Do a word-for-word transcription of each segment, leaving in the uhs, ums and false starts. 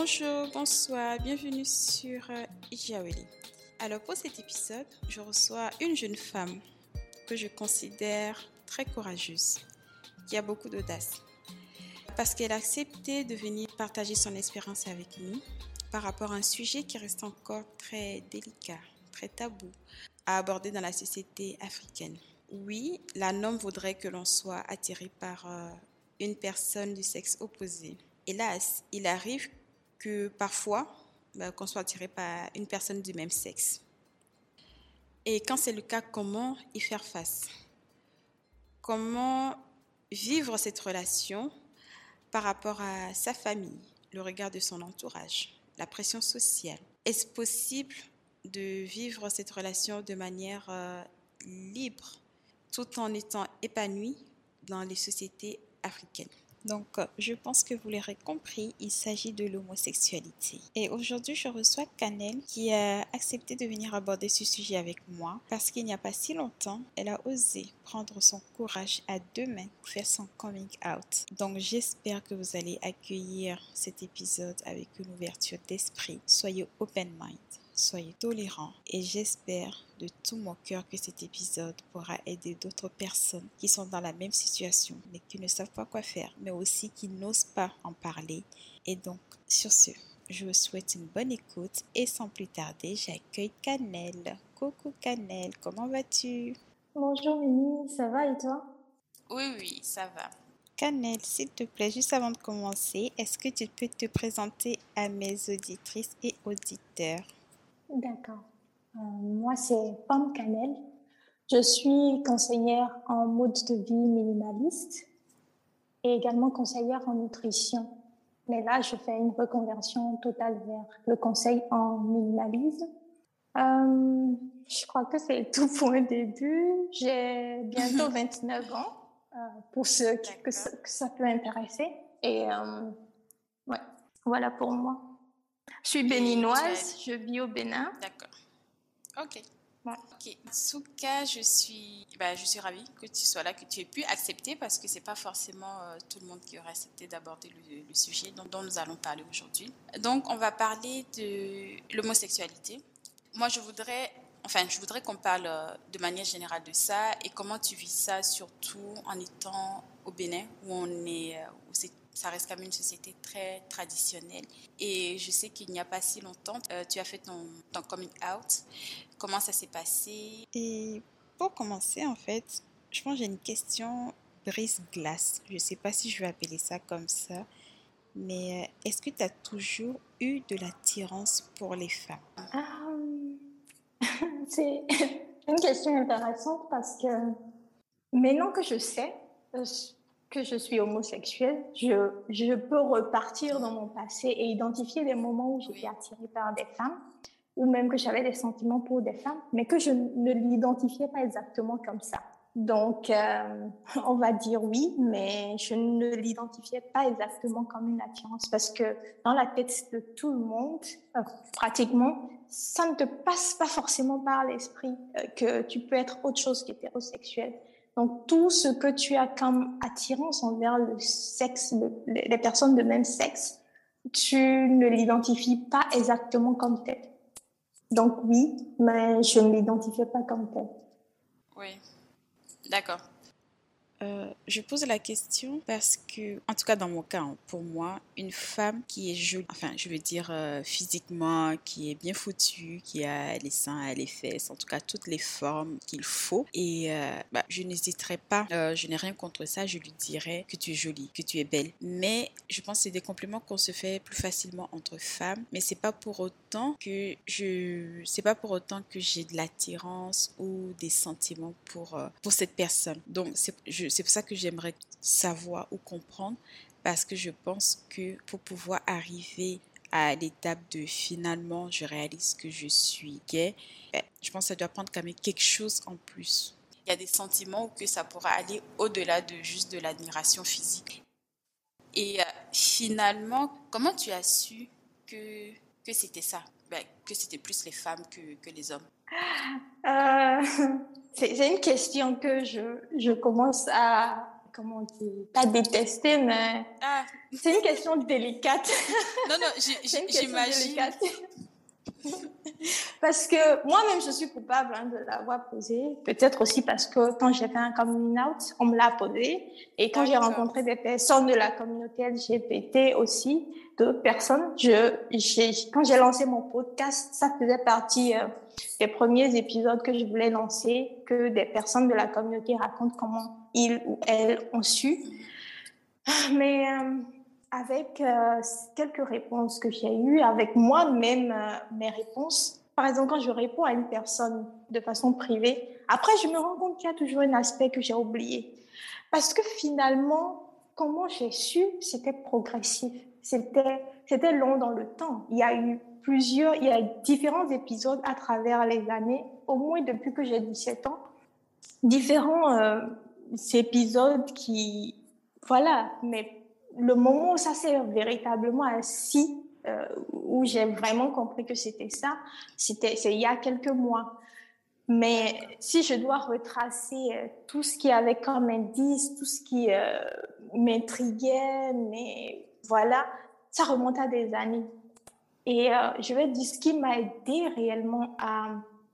Bonjour, bonsoir, bienvenue sur euh, Jaweli. Alors pour cet épisode, je reçois une jeune femme que je considère très courageuse, qui a beaucoup d'audace, parce qu'elle a accepté de venir partager son expérience avec nous par rapport à un sujet qui reste encore très délicat, très tabou à aborder dans la société africaine. Oui, la norme voudrait que l'on soit attiré par euh, une personne du sexe opposé. Hélas, il arrive que parfois, ben, qu'on soit attiré par une personne du même sexe. Et quand c'est le cas, comment y faire face? Comment vivre cette relation par rapport à sa famille, le regard de son entourage, la pression sociale? Est-ce possible de vivre cette relation de manière euh, libre, tout en étant épanoui dans les sociétés africaines? Donc, je pense que vous l'aurez compris, il s'agit de l'homosexualité. Et aujourd'hui, je reçois Canel qui a accepté de venir aborder ce sujet avec moi parce qu'il n'y a pas si longtemps, elle a osé prendre son courage à deux mains pour faire son coming out. Donc, j'espère que vous allez accueillir cet épisode avec une ouverture d'esprit. Soyez open mind. Soyez tolérants et j'espère de tout mon cœur que cet épisode pourra aider d'autres personnes qui sont dans la même situation mais qui ne savent pas quoi faire, mais aussi qui n'osent pas en parler. Et donc, sur ce, je vous souhaite une bonne écoute et sans plus tarder, j'accueille Canel. Coucou Canel, comment vas-tu? Bonjour Mimi, ça va et toi? Oui, oui, ça va. Canel, s'il te plaît, juste avant de commencer, est-ce que tu peux te présenter à mes auditrices et auditeurs? D'accord. Euh, moi, c'est Pomme Canel. Je suis conseillère en mode de vie minimaliste et également conseillère en nutrition. Mais là, je fais une reconversion totale vers le conseil en minimalisme. Euh, je crois que c'est tout pour un début. J'ai bientôt vingt-neuf ans, euh, pour ceux qui, que, ça, que ça peut intéresser. Et euh, ouais, voilà pour moi. Je suis béninoise, je vis au Bénin. D'accord. Ok. Ouais. Ok. Souka, je suis, bah, je suis ravie que tu sois là, que tu aies pu accepter parce que c'est pas forcément euh, tout le monde qui aurait accepté d'aborder le, le sujet dont, dont nous allons parler aujourd'hui. Donc, on va parler de l'homosexualité. Moi, je voudrais, enfin, je voudrais qu'on parle euh, de manière générale de ça et comment tu vis ça, surtout en étant au Bénin où on est, euh, où c'est ça reste quand même une société très traditionnelle. Et je sais qu'il n'y a pas si longtemps, euh, tu as fait ton, ton coming out. Comment ça s'est passé? Et pour commencer, en fait, je pense que j'ai une question brise-glace. Je ne sais pas si je vais appeler ça comme ça. Mais est-ce que tu as toujours eu de l'attirance pour les femmes? Um, c'est une question intéressante parce que maintenant que je sais que je suis homosexuelle, je, je peux repartir dans mon passé et identifier des moments où j'étais attirée par des femmes ou même que j'avais des sentiments pour des femmes, mais que je ne l'identifiais pas exactement comme ça. Donc, euh, on va dire oui, mais je ne l'identifiais pas exactement comme une attirance parce que dans la tête de tout le monde, euh, pratiquement, ça ne te passe pas forcément par l'esprit euh, que tu peux être autre chose qu'hétérosexuel. Donc, tout ce que tu as comme attirance envers le sexe, le, les personnes de même sexe, tu ne l'identifies pas exactement comme tel. Donc oui, mais je ne l'identifiais pas comme tel. Oui, d'accord. Euh, je pose la question parce que, en tout cas dans mon cas, hein, pour moi, une femme qui est jolie, enfin je veux dire euh, physiquement, qui est bien foutue, qui a les seins, les fesses, en tout cas toutes les formes qu'il faut, et euh, bah, je n'hésiterai pas, euh, je n'ai rien contre ça, je lui dirais que tu es jolie, que tu es belle. Mais je pense que c'est des compliments qu'on se fait plus facilement entre femmes, mais c'est pas pour autant que je, c'est pas pour autant que j'ai de l'attirance ou des sentiments pour euh, pour cette personne. Donc c'est je c'est pour ça que j'aimerais savoir ou comprendre parce que je pense que pour pouvoir arriver à l'étape de finalement je réalise que je suis gay, je pense que ça doit prendre quand même quelque chose en plus. Il y a des sentiments où que ça pourra aller au-delà de juste de l'admiration physique. Et euh, finalement, comment tu as su que, que c'était ça, ben, que c'était plus les femmes que, que les hommes? Euh, c'est, c'est une question que je, je commence à comment dire, pas détester, mais Ah, c'est une question délicate. non, non, j'ai- C'est une j'ai- question j'imagine. délicate. Parce que moi-même, je suis coupable hein, de l'avoir posé. Peut-être aussi parce que quand j'ai fait un coming out, on me l'a posé. Et quand j'ai D'accord. rencontré des personnes de la communauté L G B T aussi, d'autres personnes, je, j'ai, quand j'ai lancé mon podcast, ça faisait partie euh, des premiers épisodes que je voulais lancer, que des personnes de la communauté racontent comment ils ou elles ont su. Mais euh, avec euh, quelques réponses que j'ai eues, avec moi-même euh, mes réponses, par exemple, quand je réponds à une personne de façon privée, après, je me rends compte qu'il y a toujours un aspect que j'ai oublié. Parce que finalement, comment j'ai su, c'était progressif. C'était, c'était long dans le temps. Il y a eu plusieurs, il y a différents épisodes à travers les années, au moins depuis que j'ai dix-sept ans, différents euh, épisodes qui, voilà, mais le moment où ça s'est véritablement assis, euh, où j'ai vraiment compris que c'était ça, c'était, c'est il y a quelques mois. Mais si je dois retracer euh, tout ce qui avait comme indice, tout ce qui euh, m'intriguait, mais voilà, ça remonte à des années. Et euh, je vais dire ce qui m'a aidé réellement à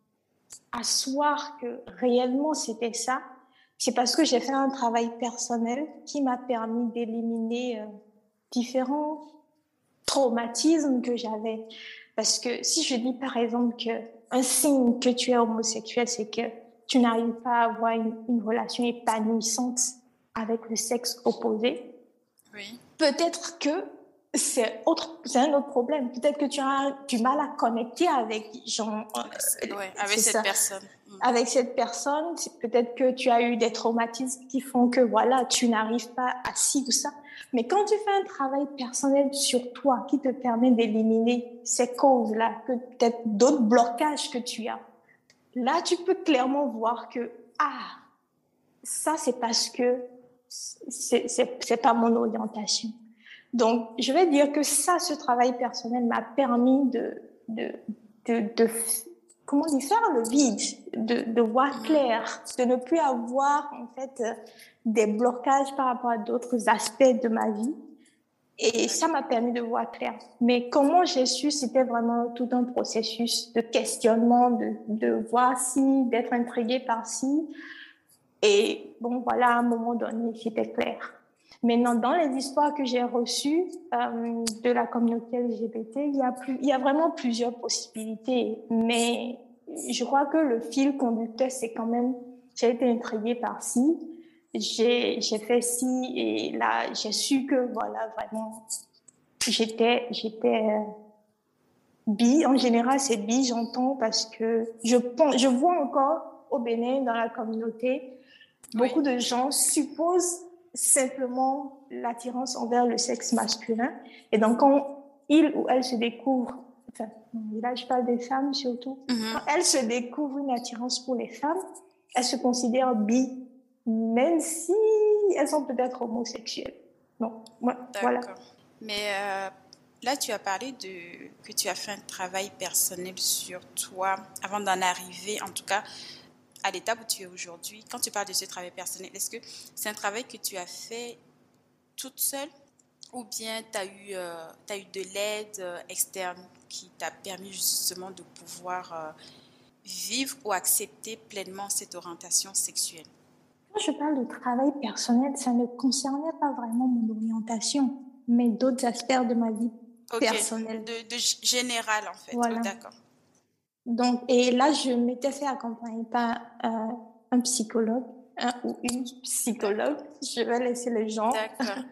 asseoir que réellement c'était ça, c'est parce que j'ai fait un travail personnel qui m'a permis d'éliminer euh, différents traumatismes que j'avais. Parce que si je dis par exemple qu'un signe que tu es homosexuel, c'est que tu n'arrives pas à avoir une, une relation épanouissante avec le sexe opposé, Oui. peut-être que c'est, autre, c'est un autre problème. Peut-être que tu as du mal à connecter avec, genre, euh, Ouais, avec c'est cette ça. personne. Avec cette personne, c'est peut-être que tu as eu des traumatismes qui font que voilà, tu n'arrives pas à ci ou ça. Mais quand tu fais un travail personnel sur toi qui te permet d'éliminer ces causes-là, que peut-être d'autres blocages que tu as, là, tu peux clairement voir que ah, ça c'est parce que c'est c'est c'est pas mon orientation. Donc, je vais dire que ça, ce travail personnel m'a permis de de de, de comment dire, faire le vide, de, de voir clair, de ne plus avoir en fait euh, des blocages par rapport à d'autres aspects de ma vie. Et ça m'a permis de voir clair. Mais comment j'ai su, c'était vraiment tout un processus de questionnement, de, de voir si, d'être intriguée par si. Et bon, voilà, à un moment donné, c'était clair. Maintenant, dans les histoires que j'ai reçues euh, de la communauté L G B T, il y a plus, il y a vraiment plusieurs possibilités. Mais je crois que le fil conducteur, c'est quand même, j'ai été intriguée par ci, j'ai, j'ai fait ci, et là, j'ai su que, voilà, vraiment, j'étais, j'étais euh, bi. En général, c'est bi, j'entends, parce que je pense, je vois encore au Bénin, dans la communauté, beaucoup Oui. de gens supposent simplement l'attirance envers le sexe masculin. Et donc, quand il ou elle se découvre, enfin, là, je parle des femmes surtout, Mm-hmm. quand elles se découvrent une attirance pour les femmes, elles se considèrent bi, même si elles sont peut-être homosexuelles. Non, ouais, voilà. D'accord. Mais euh, là, tu as parlé de que tu as fait un travail personnel sur toi avant d'en arriver, en tout cas, à l'étape où tu es aujourd'hui. Quand tu parles de ce travail personnel, est-ce que c'est un travail que tu as fait toute seule ou bien tu as eu, euh, t'as eu de l'aide euh, externe qui t'a permis justement de pouvoir euh, vivre ou accepter pleinement cette orientation sexuelle? Quand je parle de travail personnel, ça ne concernait pas vraiment mon orientation, mais d'autres aspects de ma vie Ok, personnelle. de, de général en fait. Voilà. Oh, d'accord. Donc, et là, je m'étais fait accompagner par euh, un psychologue, un ou une psychologue. D'accord. Je vais laisser les gens. D'accord.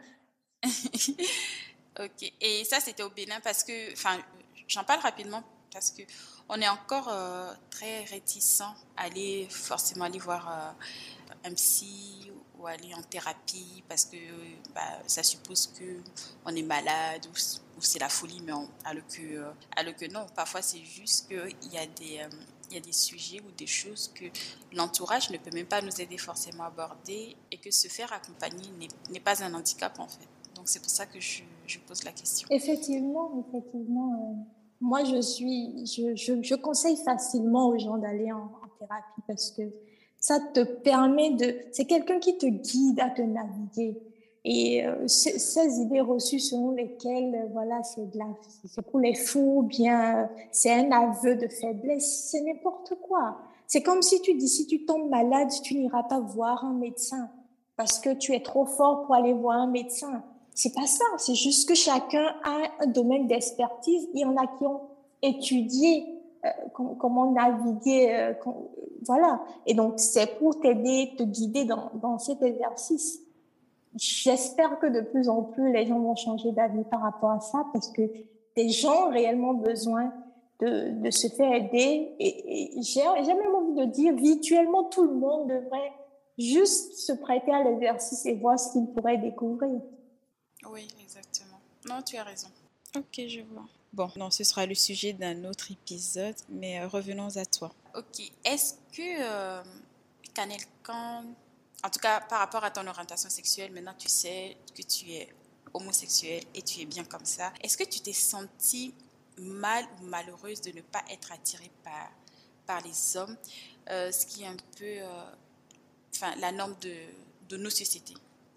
Ok. Et ça, c'était au Bénin parce que, enfin, j'en parle rapidement parce que on est encore euh, très réticent à aller forcément aller voir euh, un psy ou aller en thérapie parce que bah, ça suppose que on est malade ou, ou c'est la folie, mais on, alors que, euh, alors que non. Parfois, c'est juste qu'il y a des euh, il y a des sujets ou des choses que l'entourage ne peut même pas nous aider forcément à aborder et que se faire accompagner n'est, n'est pas un handicap en fait. Donc c'est pour ça que je, je pose la question. Effectivement, effectivement. Euh, moi, je suis, je, je, je conseille facilement aux gens d'aller en, en thérapie parce que Ça te permet de... C'est quelqu'un qui te guide à te naviguer. Et euh, ces idées reçues selon lesquelles, euh, voilà, c'est de la, c'est pour les fous, bien, euh, c'est un aveu de faiblesse, c'est n'importe quoi. C'est comme si tu dis, si tu tombes malade, tu n'iras pas voir un médecin parce que tu es trop fort pour aller voir un médecin. C'est pas ça. C'est juste que chacun a un domaine d'expertise. Il y en a qui ont étudié euh, comment naviguer, euh, com- voilà. Et donc, c'est pour t'aider, te guider dans, dans cet exercice. J'espère que de plus en plus, les gens vont changer d'avis par rapport à ça parce que des gens ont réellement besoin de, de se faire aider. Et, et j'ai, j'ai même envie de dire, virtuellement, tout le monde devrait juste se prêter à l'exercice et voir ce qu'il pourrait découvrir. Oui, exactement. Non, tu as raison. Ok, je vois. Bon, non, ce sera le sujet d'un autre épisode, mais euh, revenons à toi. Ok, est-ce que, euh, Kanel, quand, en tout cas par rapport à ton orientation sexuelle, maintenant tu sais que tu es homosexuel et tu es bien comme ça, est-ce que tu t'es sentie mal ou malheureuse de ne pas être attirée par, par les hommes, euh, ce qui est un peu euh, enfin, la norme de, de nos sociétés?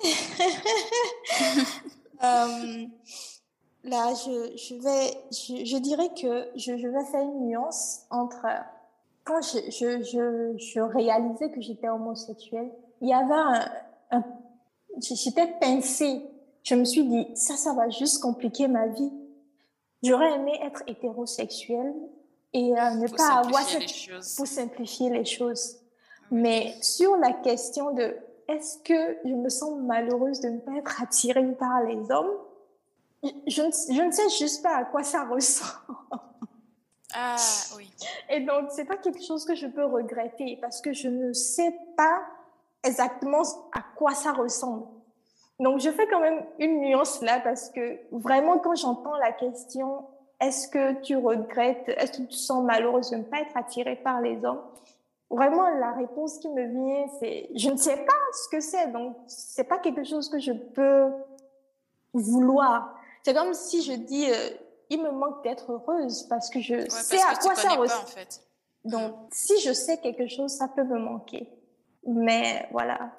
Euh, là, je, je vais, je, je dirais que je, je vais faire une nuance entre quand je, je, je, je réalisais que j'étais homosexuelle, il y avait un, un j'étais pincée. Je me suis dit, ça, ça va juste compliquer ma vie. J'aurais aimé être hétérosexuelle et euh, ne Pour pas avoir simplifier cette... les choses. pour simplifier les choses. Oui. Mais sur la question de est-ce que je me sens malheureuse de ne pas être attirée par les hommes, je ne, je ne sais juste pas à quoi ça ressemble. Ah oui. Et donc, c'est pas quelque chose que je peux regretter parce que je ne sais pas exactement à quoi ça ressemble. Donc, je fais quand même une nuance là parce que vraiment, quand j'entends la question, est-ce que tu regrettes, est-ce que tu te sens malheureuse de ne pas être attirée par les hommes? Vraiment, la réponse qui me vient, c'est je ne sais pas ce que c'est. Donc, c'est pas quelque chose que je peux vouloir. C'est comme si je dis, euh, il me manque d'être heureuse parce que je Ouais, sais parce à que tu quoi ça connais pas ressemble. en fait. Donc, Mm. si je sais quelque chose, ça peut me manquer. Mais voilà.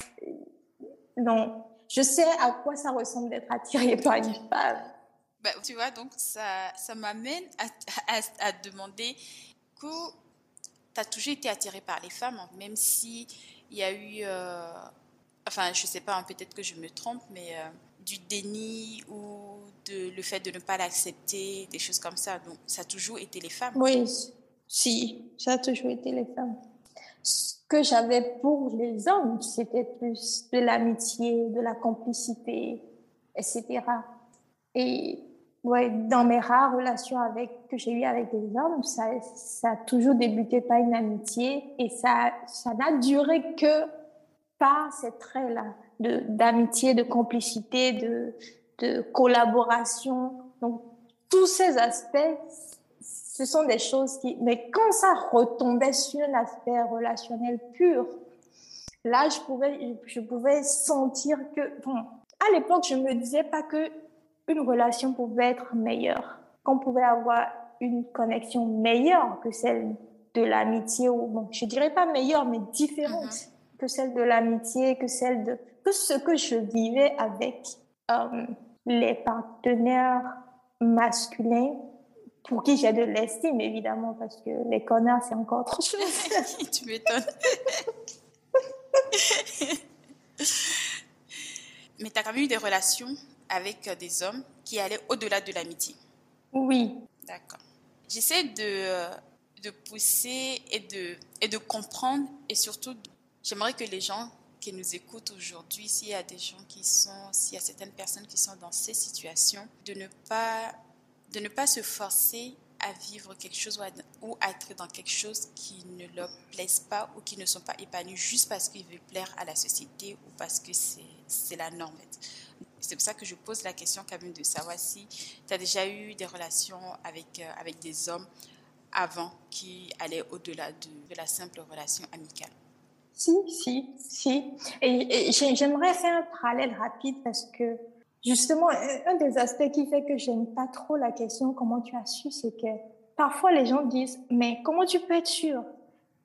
Donc, je sais à quoi ça ressemble d'être attirée par une Ok. femme. Bah, tu vois, donc ça, ça m'amène à, à, à demander que tu as toujours été attirée par les femmes, hein, même si il y a eu, euh, enfin, je sais pas, hein, peut-être que je me trompe, mais euh, du déni ou de, le fait de ne pas l'accepter, des choses comme ça. Donc, ça a toujours été les femmes. Oui, si, ça a toujours été les femmes. Ce que j'avais pour les hommes, c'était plus de l'amitié, de la complicité, et cetera. Et ouais, dans mes rares relations avec, que j'ai eues avec des hommes, ça, ça a toujours débuté par une amitié et ça, ça n'a duré que par ces traits-là de, d'amitié, de complicité, de, de collaboration. Donc, tous ces aspects, ce sont des choses qui... Mais quand ça retombait sur un aspect relationnel pur, là, je pouvais, je pouvais sentir que... Bon, à l'époque, je me disais pas que une relation pouvait être meilleure, qu'on pouvait avoir une connexion meilleure que celle de l'amitié, ou bon, je dirais pas meilleure, mais différente Mhm. que celle de l'amitié, que celle de que ce que je vivais avec euh, les partenaires masculins pour qui j'ai de l'estime, évidemment, parce que les connards, c'est encore autre chose. Tu m'étonnes. Mais tu as quand même eu des relations avec euh, des hommes qui allaient au-delà de l'amitié. Oui. D'accord. J'essaie de, euh, de pousser et de, et de comprendre et surtout, j'aimerais que les gens qui nous écoutent aujourd'hui, s'il y a des gens qui sont, s'il y a certaines personnes qui sont dans ces situations, de ne pas, de ne pas se forcer à vivre quelque chose ou à, ou à être dans quelque chose qui ne leur plaise pas ou qui ne sont pas épanouis juste parce qu'ils veulent plaire à la société ou parce que c'est, c'est la norme. C'est pour ça que je pose la question quand même de savoir si tu as déjà eu des relations avec, euh, avec des hommes avant qui allaient au-delà de, de la simple relation amicale. Si, si, si. Et, et j'aimerais faire un parallèle rapide parce que justement, un des aspects qui fait que j'aime pas trop la question comment tu as su, c'est que parfois les gens disent mais comment tu peux être sûr?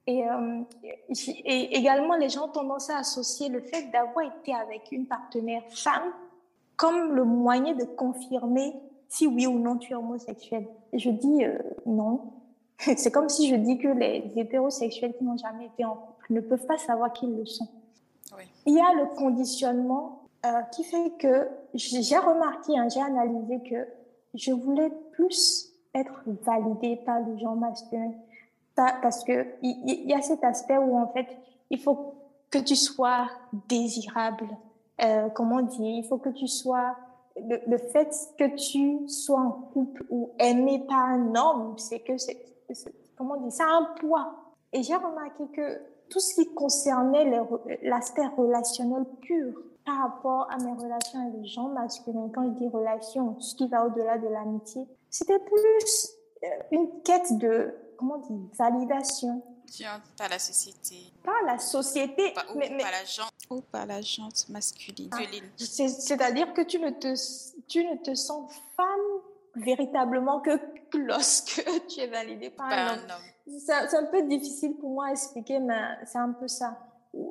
Et, euh, et également, les gens ont tendance à associer le fait d'avoir été avec une partenaire femme comme le moyen de confirmer si oui ou non tu es homosexuel. Et je dis euh, non. C'est comme si je dis que les hétérosexuels qui n'ont jamais été en couple ne peuvent pas savoir qu'ils le sont. Oui. Il y a le conditionnement euh, qui fait que j'ai remarqué, hein, j'ai analysé que je voulais plus être validée par les gens masculins. Parce que il y a cet aspect où en fait il faut que tu sois désirable, euh, comment dire, il faut que tu sois le, le fait que tu sois en couple ou aimé par un homme, c'est que c'est, c'est comment dire, ça a un poids. Et j'ai remarqué que tout ce qui concernait les, l'aspect relationnel pur par rapport à mes relations avec les gens masculins, quand je dis relation, ce qui va au-delà de l'amitié, c'était plus une quête de, comment dire, validation. Par la société. Par la société. Par, ou, mais, mais, par la gente, ou par la gente masculine. Ah, c'est, c'est-à-dire que tu ne, te, tu ne te sens femme véritablement que lorsque tu es validée par, par un homme. homme. C'est, c'est un peu difficile pour moi à expliquer, mais c'est un peu ça.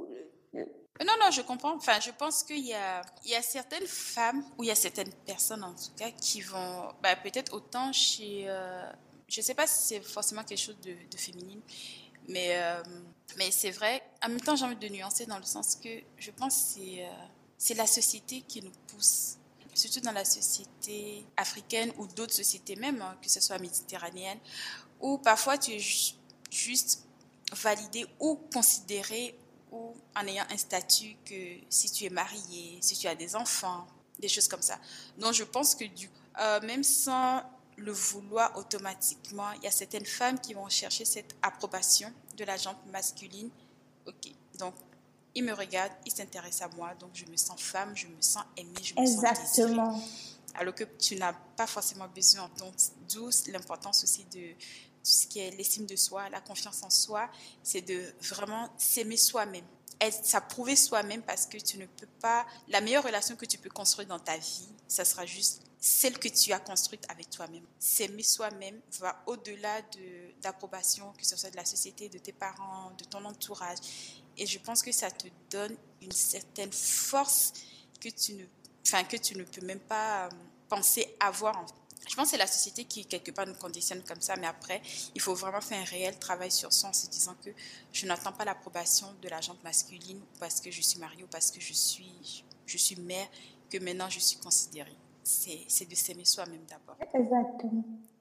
Non, non, je comprends. Enfin, je pense qu'il y a, il y a certaines femmes, ou il y a certaines personnes en tout cas, qui vont, bah, peut-être autant chez... Euh, je ne sais pas si c'est forcément quelque chose de, de féminine, mais, euh, mais c'est vrai. En même temps, j'ai envie de nuancer dans le sens que je pense que c'est, euh, c'est la société qui nous pousse, surtout dans la société africaine ou d'autres sociétés même, hein, que ce soit méditerranéenne, où parfois tu es ju- juste validé ou considéré ou en ayant un statut que si tu es marié, si tu as des enfants, des choses comme ça. Donc je pense que du, euh, même sans le vouloir automatiquement, il y a certaines femmes qui vont chercher cette approbation de la gente masculine. Ok, donc il me regarde, il s'intéresse à moi, donc je me sens femme, je me sens aimée, je me Exactement. sens désirée. Alors que tu n'as pas forcément besoin. Donc d'où l'importance aussi de tout ce qui est l'estime de soi, la confiance en soi, c'est de vraiment s'aimer soi-même. S'approuver soi-même parce que tu ne peux pas... La meilleure relation que tu peux construire dans ta vie, ça sera juste celle que tu as construite avec toi-même. S'aimer soi-même va au-delà de, d'approbation, que ce soit de la société, de tes parents, de ton entourage. Et je pense que ça te donne une certaine force que tu ne, enfin, que tu ne peux même pas penser avoir en fait. Je pense que c'est la société qui, quelque part, nous conditionne comme ça, mais après, il faut vraiment faire un réel travail sur soi en se disant que je n'attends pas l'approbation de la gente masculine parce que je suis mariée ou parce que je suis, je suis mère, que maintenant je suis considérée. C'est, c'est de s'aimer soi-même d'abord. Exactement.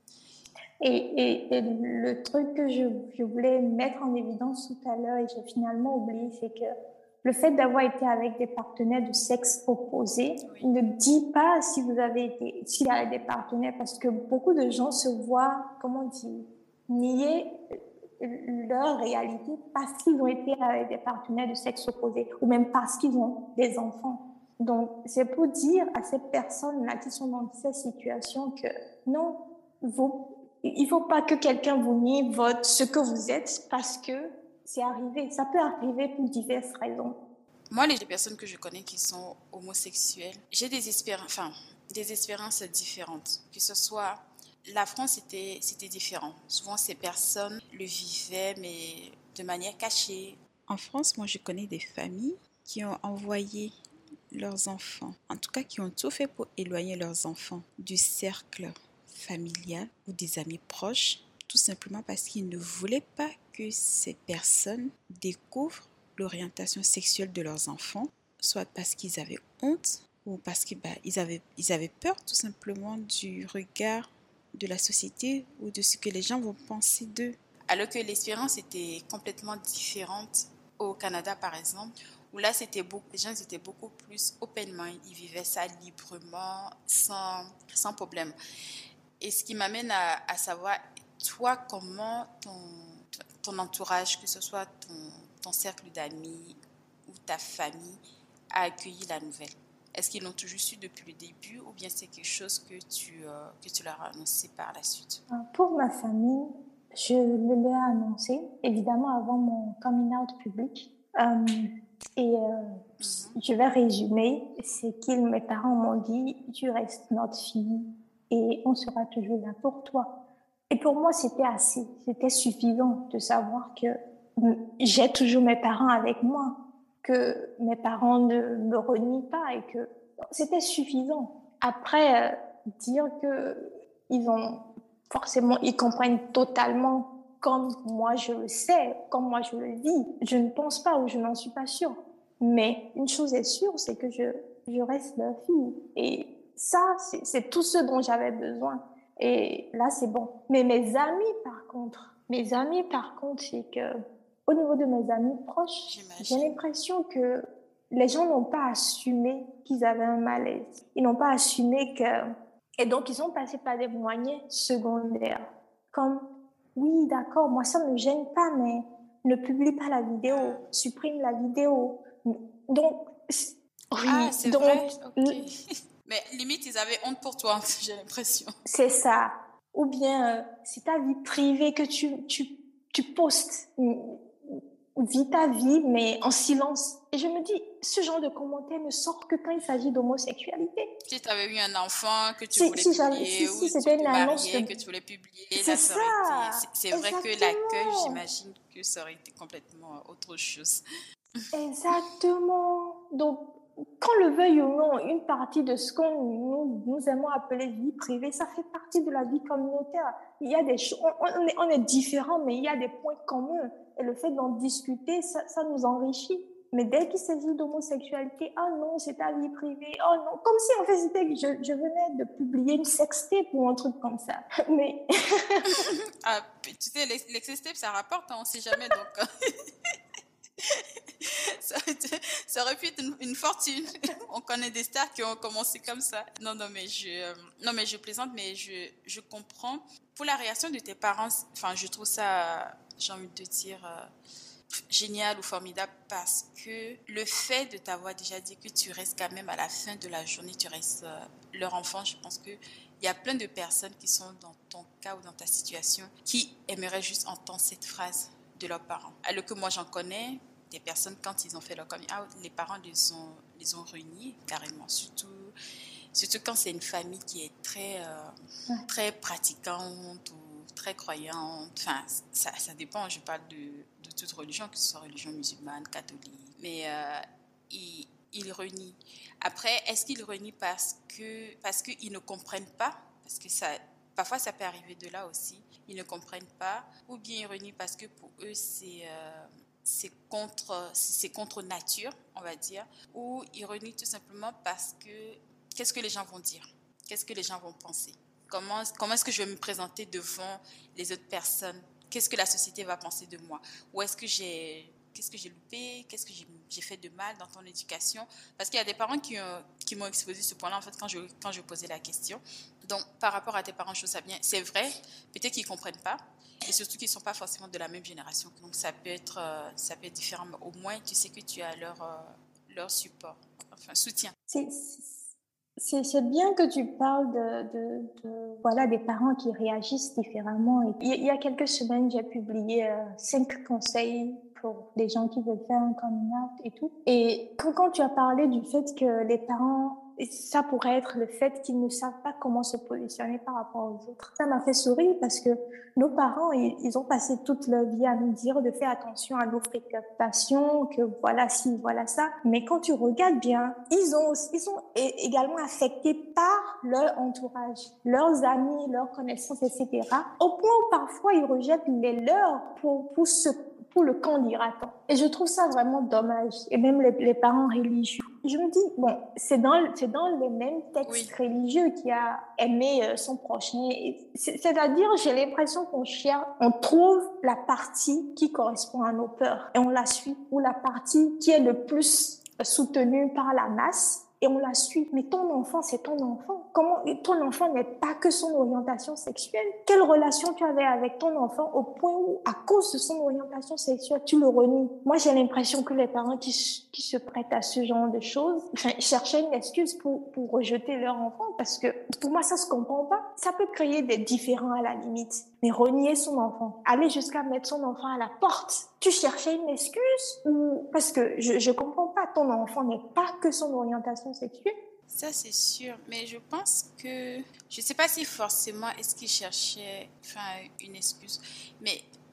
Et, et, et le truc que je, je voulais mettre en évidence tout à l'heure et j'ai finalement oublié, c'est que le fait d'avoir été avec des partenaires de sexe opposé oui. ne dit pas si vous avez été, s'il y a des partenaires, parce que beaucoup de gens se voient, comment dire, nier leur réalité parce qu'ils ont été avec des partenaires de sexe opposé ou même parce qu'ils ont des enfants. Donc, c'est pour dire à ces personnes-là qui sont dans cette situation que non, vous, il ne faut pas que quelqu'un vous nie votre, ce que vous êtes parce que c'est arrivé. Ça peut arriver pour diverses raisons. Moi, les personnes que je connais qui sont homosexuelles, j'ai des espérances, enfin, des expériences différentes. Que ce soit la France, c'était, c'était différent. Souvent, ces personnes le vivaient, mais de manière cachée. En France, moi, je connais des familles qui ont envoyé leurs enfants, en tout cas qui ont tout fait pour éloigner leurs enfants du cercle familial ou des amis proches, tout simplement parce qu'ils ne voulaient pas que ces personnes découvrent l'orientation sexuelle de leurs enfants, soit parce qu'ils avaient honte ou parce qu'ils bah, ils avaient, ils avaient peur tout simplement du regard de la société ou de ce que les gens vont penser d'eux. Alors que l'expérience était complètement différente au Canada par exemple, où là c'était beaucoup, les gens étaient beaucoup plus open mind, ils vivaient ça librement, sans, sans problème. Et ce qui m'amène à, à savoir, toi, comment ton, ton entourage, que ce soit ton, ton cercle d'amis ou ta famille, a accueilli la nouvelle? Est-ce qu'ils l'ont toujours su depuis le début ou bien c'est quelque chose que tu, euh, que tu leur as annoncé par la suite? Pour ma famille, je le leur ai annoncé, évidemment avant mon coming out public. Euh, et euh, mm-hmm. je vais résumer, c'est que mes parents m'ont dit, tu restes notre fille et on sera toujours là pour toi. Et pour moi, c'était assez, c'était suffisant de savoir que j'ai toujours mes parents avec moi, que mes parents ne me renient pas et que c'était suffisant. Après, euh, dire que ils ont forcément, ils comprennent totalement comme moi je le sais, comme moi je le vis. Je ne pense pas ou je n'en suis pas sûre. Mais une chose est sûre, c'est que je, je reste leur fille. Et ça, c'est, c'est tout ce dont j'avais besoin. Et là, c'est bon. Mais mes amis, par contre, mes amis, par contre, c'est que au niveau de mes amis proches, J'imagine. j'ai l'impression que les gens n'ont pas assumé qu'ils avaient un malaise. Ils n'ont pas assumé que... Et donc, ils ont passé par des moyens secondaires. Comme, oui, d'accord, moi, ça ne me gêne pas, mais ne publie pas la vidéo, supprime la vidéo. Donc, oui, ah, c'est donc... vrai? Ok. Mais limite, ils avaient honte pour toi, j'ai l'impression. C'est ça. Ou bien, euh, c'est ta vie privée que tu, tu, tu postes. Vis ta vie, mais en silence. Et je me dis, ce genre de commentaires ne sort que quand il s'agit d'homosexualité. Si tu avais eu un enfant que tu si, voulais si publier, si, ou si, tu c'était te une annonce mariais, de... que tu voulais publier, c'est là, ça ça. aurait été... C'est, c'est vrai Exactement. que l'accueil, j'imagine que ça aurait été complètement autre chose. Exactement. Donc, qu'on le veuille ou non, une partie de ce qu'on nous, nous aimons appeler vie privée, ça fait partie de la vie communautaire. Il y a des choses, on, on, est, on est différents, mais il y a des points communs. Et le fait d'en discuter, ça, ça nous enrichit. Mais dès qu'il s'agit d'homosexualité, ah oh non, c'est ta vie privée, oh non, comme si en fait c'était, je, je venais de publier une sextape ou un truc comme ça. Mais ah, tu sais, les, les sextapes, ça rapporte, hein, on ne sait jamais, donc... ça, ça aurait pu être une, une fortune. On connaît des stars qui ont commencé comme ça. Non, non, mais je, euh, non, mais je plaisante, mais je, je comprends. Pour la réaction de tes parents, enfin, je trouve ça, j'ai envie de te dire, euh, génial ou formidable, parce que le fait de t'avoir déjà dit que tu restes quand même à la fin de la journée, tu restes euh, leur enfant, je pense que il y a plein de personnes qui sont dans ton cas ou dans ta situation qui aimeraient juste entendre cette phrase de leurs parents. Alors que moi, j'en connais des personnes, quand ils ont fait leur coming out, les parents les ont, les ont réunis carrément, surtout, surtout quand c'est une famille qui est très, euh, très pratiquante ou très croyante. Enfin, ça, ça dépend, je parle de, de toute religion, que ce soit religion musulmane, catholique. Mais euh, ils, ils réunissent. Après, est-ce qu'ils réunissent parce que, parce qu'ils ne comprennent pas? Parce que ça, parfois, ça peut arriver de là aussi. Ils ne comprennent pas. Ou bien ils réunissent parce que pour eux, c'est... Euh, c'est contre, c'est contre nature, on va dire, ou ironie tout simplement parce que qu'est-ce que les gens vont dire? Qu'est-ce que les gens vont penser? Comment, comment est-ce que je vais me présenter devant les autres personnes? Qu'est-ce que la société va penser de moi? Ou est-ce que j'ai, qu'est-ce que j'ai loupé? Qu'est-ce que j'ai, j'ai fait de mal dans ton éducation? Parce qu'il y a des parents qui, euh, qui m'ont exposé ce point-là, en fait, quand je, quand je posais la question. Donc, par rapport à tes parents, je trouve ça bien. C'est vrai, peut-être qu'ils ne comprennent pas, et surtout qu'ils ne sont pas forcément de la même génération. Donc, ça peut être, euh, ça peut être différent, mais au moins, tu sais que tu as leur, euh, leur support, enfin, soutien. C'est, c'est, c'est bien que tu parles de, de, de, voilà, des parents qui réagissent différemment. Et il y a quelques semaines, j'ai publié euh, cinq conseils pour des gens qui veulent faire un coming out et tout. Et quand, quand tu as parlé du fait que les parents, ça pourrait être le fait qu'ils ne savent pas comment se positionner par rapport aux autres. Ça m'a fait sourire parce que nos parents, ils, ils ont passé toute leur vie à nous dire de faire attention à nos fréquentations, que voilà ci, voilà ça. Mais quand tu regardes bien, ils ont, ils sont également affectés par leur entourage, leurs amis, leurs connaissances, et cetera. Au point où parfois ils rejettent les leurs pour, pour se pour le camp dira-t-on. Et je trouve ça vraiment dommage. Et même les, les parents religieux. Je me dis, bon, c'est dans, c'est dans les mêmes textes oui. religieux qu'il y a aimer son prochain. C'est, c'est-à-dire, j'ai l'impression qu'on cherche, on trouve la partie qui correspond à nos peurs et on la suit, ou la partie qui est le plus soutenue par la masse. Et on la suit. Mais ton enfant, c'est ton enfant. Comment, ton enfant n'est pas que son orientation sexuelle. Quelle relation tu avais avec ton enfant au point où, à cause de son orientation sexuelle, tu le renies? Moi, j'ai l'impression que les parents qui, qui se prêtent à ce genre de choses, enfin, cherchaient une excuse pour, pour rejeter leur enfant, parce que pour moi, ça se comprend pas. Ça peut créer des différends à la limite. Mais renier son enfant, aller jusqu'à mettre son enfant à la porte, tu cherchais une excuse ou parce que je je comprends pas, ton enfant n'est pas que son orientation sexuelle. Ça c'est sûr, mais je pense que je sais pas si forcément est-ce qu'il cherchait enfin une excuse, mais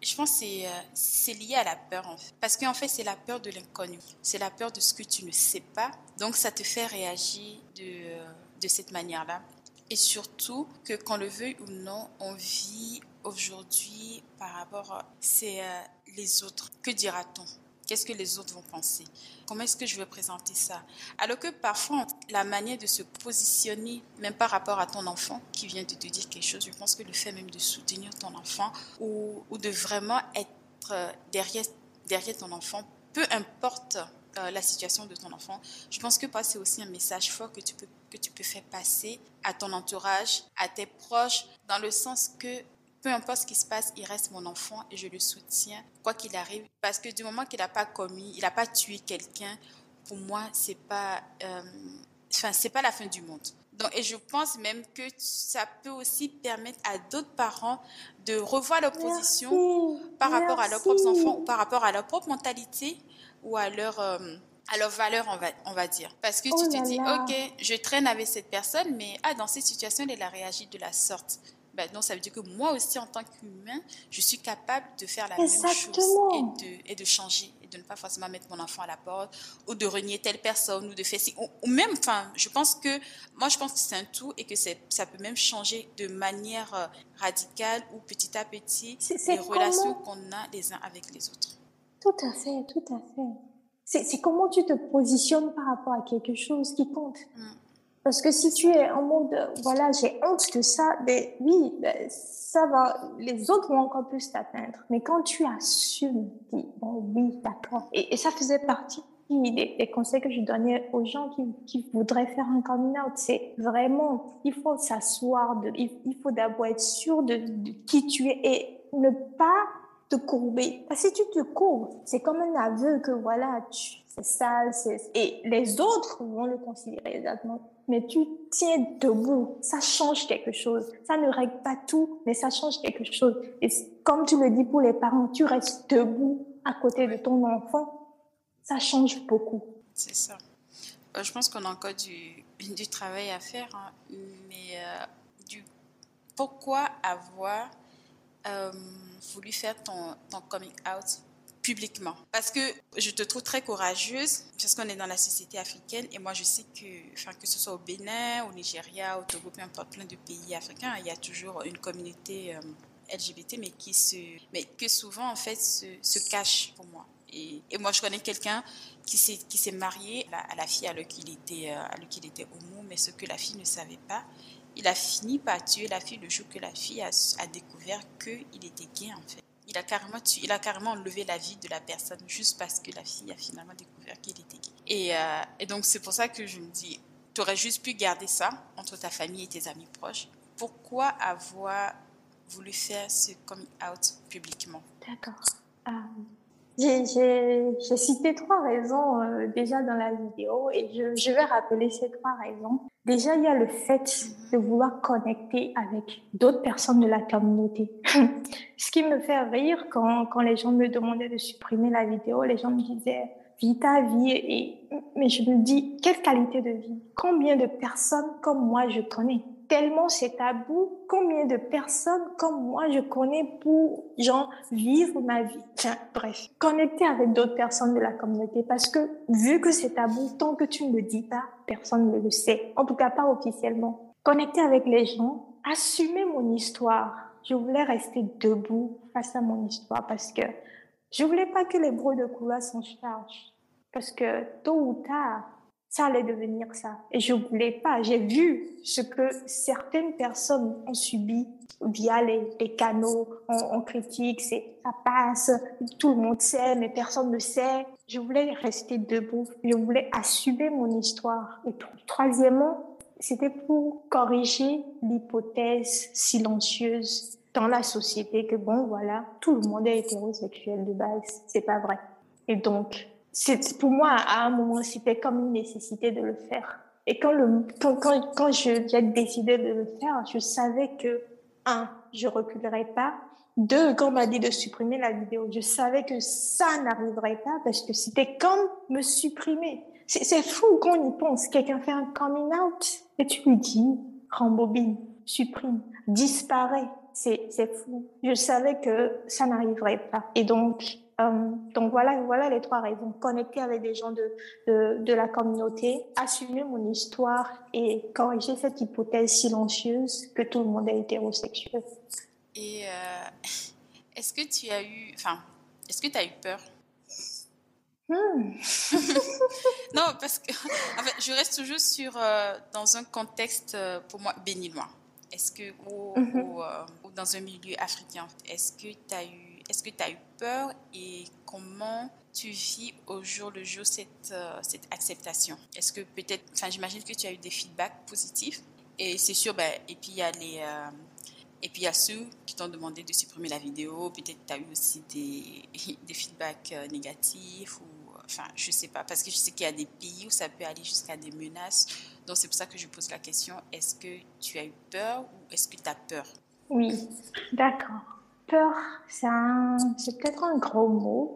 je pense que c'est, euh, c'est lié à la peur, en fait. Parce qu'en fait, c'est la peur de l'inconnu. C'est la peur de ce que tu ne sais pas. Donc, ça te fait réagir de, euh, de cette manière-là. Et surtout que, qu'on le veuille ou non, on vit aujourd'hui par rapport à c'est, euh, les autres. Que dira-t-on? Qu'est-ce que les autres vont penser? Comment est-ce que je vais présenter ça? Alors que parfois, la manière de se positionner, même par rapport à ton enfant qui vient de te dire quelque chose, je pense que le fait même de soutenir ton enfant ou, ou de vraiment être derrière, derrière ton enfant, peu importe euh, la situation de ton enfant, je pense que c'est aussi un message fort que tu peux, que tu peux faire passer à ton entourage, à tes proches, dans le sens que peu importe ce qui se passe, il reste mon enfant et je le soutiens, quoi qu'il arrive. Parce que du moment qu'il n'a pas commis, il n'a pas tué quelqu'un, pour moi, c'est pas, euh, enfin, c'est pas la fin du monde. Donc, et je pense même que ça peut aussi permettre à d'autres parents de revoir leur position Merci, par rapport à leurs propres enfants ou merci. par rapport à leur propre mentalité ou à leur... euh, à leurs valeurs, on va, on va dire. Parce que Oh tu te là dis, là, ok, je traîne avec cette personne, mais ah, dans cette situation, elle a réagi de la sorte. Ben non, ça veut dire que moi aussi, en tant qu'humain, je suis capable de faire la même chose et exactement. de, et de changer et de ne pas forcément mettre mon enfant à la porte ou de renier telle personne ou de faire ci. Ou, ou même, enfin, je pense que, moi, je pense que c'est un tout et que c'est, ça peut même changer de manière euh, radicale ou petit à petit C'est les c'est relations comment? qu'on a les uns avec les autres. Tout à fait, tout à fait. C'est c'est comment tu te positionnes par rapport à quelque chose qui compte. Mm, Parce que c'est si tu ça. es en mode, euh, voilà, j'ai honte de ça, ben oui, ben, ça va, les autres vont encore plus t'atteindre. Mais quand tu assumes, dis, bon, oui, d'accord. Et, et ça faisait partie des, des conseils que je donnais aux gens qui, qui voudraient faire un coming out. C'est vraiment, il faut s'asseoir, de, il, il faut d'abord être sûr de, de qui tu es et ne pas te courber. Parce que si tu te courbes, c'est comme un aveu que voilà, tu, c'est sale, c'est, et les autres vont le considérer exactement. Mais tu tiens debout, ça change quelque chose. Ça ne règle pas tout, mais ça change quelque chose. Et comme tu le dis pour les parents, tu restes debout à côté de Oui, ton enfant, ça change beaucoup. c'est ça. Euh, je pense qu'on a encore du, du travail à faire, hein, mais euh, du, pourquoi avoir euh, voulu faire ton, ton coming out publiquement? Parce que je te trouve très courageuse, parce qu'on est dans la société africaine, et moi je sais que, enfin, que ce soit au Bénin, au Nigeria, au Togo, peu importe, plein de pays africains, il y a toujours une communauté euh, L G B T, mais, qui se, mais que souvent en fait se, se cache pour moi. Et, et moi je connais quelqu'un qui s'est, qui s'est marié à la, à la fille alors qu'il était, euh, alors qu'il était homo, mais ce que la fille ne savait pas, il a fini par tuer la fille le jour que la fille a, a découvert qu'il était gay en fait. Il a carrément tué, il a carrément enlevé la vie de la personne juste parce que la fille a finalement découvert qu'il était gay. Et, euh, et donc c'est pour ça que je me dis, tu aurais juste pu garder ça entre ta famille et tes amis proches. Pourquoi avoir voulu faire ce coming out publiquement? D'accord. Euh, j'ai, j'ai, j'ai cité trois raisons euh, déjà dans la vidéo et je, je vais rappeler ces trois raisons. Déjà, il y a le fait de vouloir connecter avec d'autres personnes de la communauté. Ce qui me fait rire quand, quand les gens me demandaient de supprimer la vidéo, les gens me disaient vis ta vie et mais je me dis quelle qualité de vie? Combien de personnes comme moi je connais? Tellement c'est tabou, combien de personnes comme moi je connais pour genre vivre ma vie. Enfin, bref, connecter avec d'autres personnes de la communauté parce que vu que c'est tabou, tant que tu ne le dis pas, personne ne le sait. En tout cas pas officiellement. Connecter avec les gens, assumer mon histoire. Je voulais rester debout face à mon histoire parce que je voulais pas que les bruits de couloir s'en chargent. Parce que tôt ou tard, ça allait devenir ça. Et je voulais pas. J'ai vu ce que certaines personnes ont subi via les, les canaux. On, on critique, c'est, ça passe, tout le monde sait, mais personne ne sait. Je voulais rester debout. Je voulais assumer mon histoire. Et troisièmement, c'était pour corriger l'hypothèse silencieuse dans la société que bon, voilà, tout le monde est hétérosexuel de base. C'est pas vrai. Et donc, c'est, pour moi, à un moment, c'était comme une nécessité de le faire. Et quand le, quand, quand, quand je, j'ai décidé de le faire, je savais que, un, je reculerais pas. Deux, quand on m'a dit de supprimer la vidéo, je savais que ça n'arriverait pas parce que c'était comme me supprimer. C'est, c'est fou quand on y pense. Quelqu'un fait un coming out et tu lui dis, rembobine, supprime, disparaît. c'est, c'est fou. Je savais que ça n'arriverait pas. Et donc, euh, donc voilà, voilà les trois raisons. Connecter avec des gens de, de, de la communauté, assumer mon histoire et corriger cette hypothèse silencieuse que tout le monde est hétérosexuel. Et euh, est-ce que tu as eu, enfin, est-ce que tu as eu peur? Hmm. Non, parce que en fait, je reste toujours sur, euh, dans un contexte, euh, pour moi, béninois. Est-ce que, ou, Mm-hmm. ou, euh, ou dans un milieu africain, est-ce que tu as eu, est-ce que tu as eu peur et comment tu vis au jour le jour cette, euh, cette acceptation? Est-ce que peut-être, enfin, j'imagine que tu as eu des feedbacks positifs et c'est sûr, ben, et puis il y a les, euh, et puis il y a ceux qui t'ont demandé de supprimer la vidéo, peut-être tu as eu aussi des, des feedbacks euh, négatifs ou enfin, je sais pas, parce que je sais qu'il y a des pays où ça peut aller jusqu'à des menaces. Donc, c'est pour ça que je pose la question, est-ce que tu as eu peur ou est-ce que tu as peur? Oui, d'accord. Peur, c'est, un, c'est peut-être un gros mot,